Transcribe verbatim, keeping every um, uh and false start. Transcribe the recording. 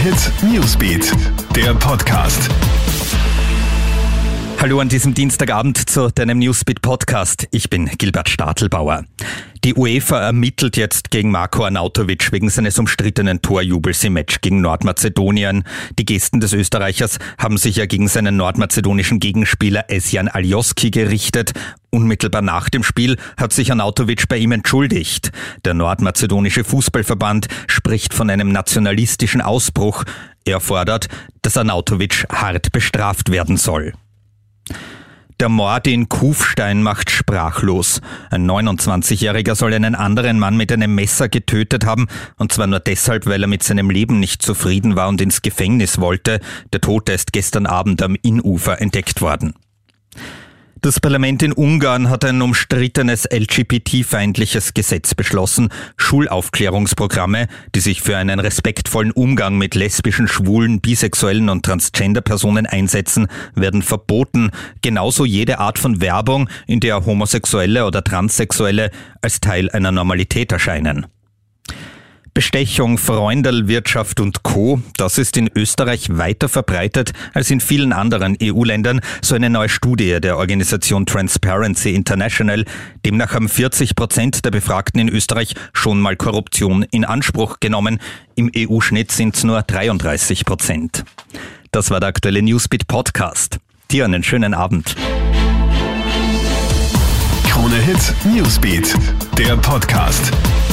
Hit Newsbeat, der Podcast. Hallo an diesem Dienstagabend zu deinem Newsbeat Podcast. Ich bin Gilbert Stadelbauer. Die UEFA ermittelt jetzt gegen Marko Arnautovic wegen seines umstrittenen Torjubels im Match gegen Nordmazedonien. Die Gesten des Österreichers haben sich ja gegen seinen nordmazedonischen Gegenspieler Esjan Alioski gerichtet. Unmittelbar nach dem Spiel hat sich Arnautovic bei ihm entschuldigt. Der nordmazedonische Fußballverband spricht von einem nationalistischen Ausbruch. Er fordert, dass Arnautovic hart bestraft werden soll. Der Mord in Kufstein macht sprachlos. Ein neunundzwanzigjähriger soll einen anderen Mann mit einem Messer getötet haben, und zwar nur deshalb, weil er mit seinem Leben nicht zufrieden war und ins Gefängnis wollte. Der Tote ist gestern Abend am Innufer entdeckt worden. Das Parlament in Ungarn hat ein umstrittenes L G B T-feindliches Gesetz beschlossen. Schulaufklärungsprogramme, die sich für einen respektvollen Umgang mit lesbischen, schwulen, bisexuellen und Transgender-Personen einsetzen, werden verboten. Genauso jede Art von Werbung, in der Homosexuelle oder Transsexuelle als Teil einer Normalität erscheinen. Bestechung, Freundelwirtschaft und Co., das ist in Österreich weiter verbreitet als in vielen anderen E U-Ländern, so eine neue Studie der Organisation Transparency International. Demnach haben vierzig Prozent der Befragten in Österreich schon mal Korruption in Anspruch genommen. Im E U-Schnitt sind es nur dreiunddreißig Prozent. Das war der aktuelle Newsbeat Podcast. Dir einen schönen Abend. Krone Hit Newsbeat, der Podcast.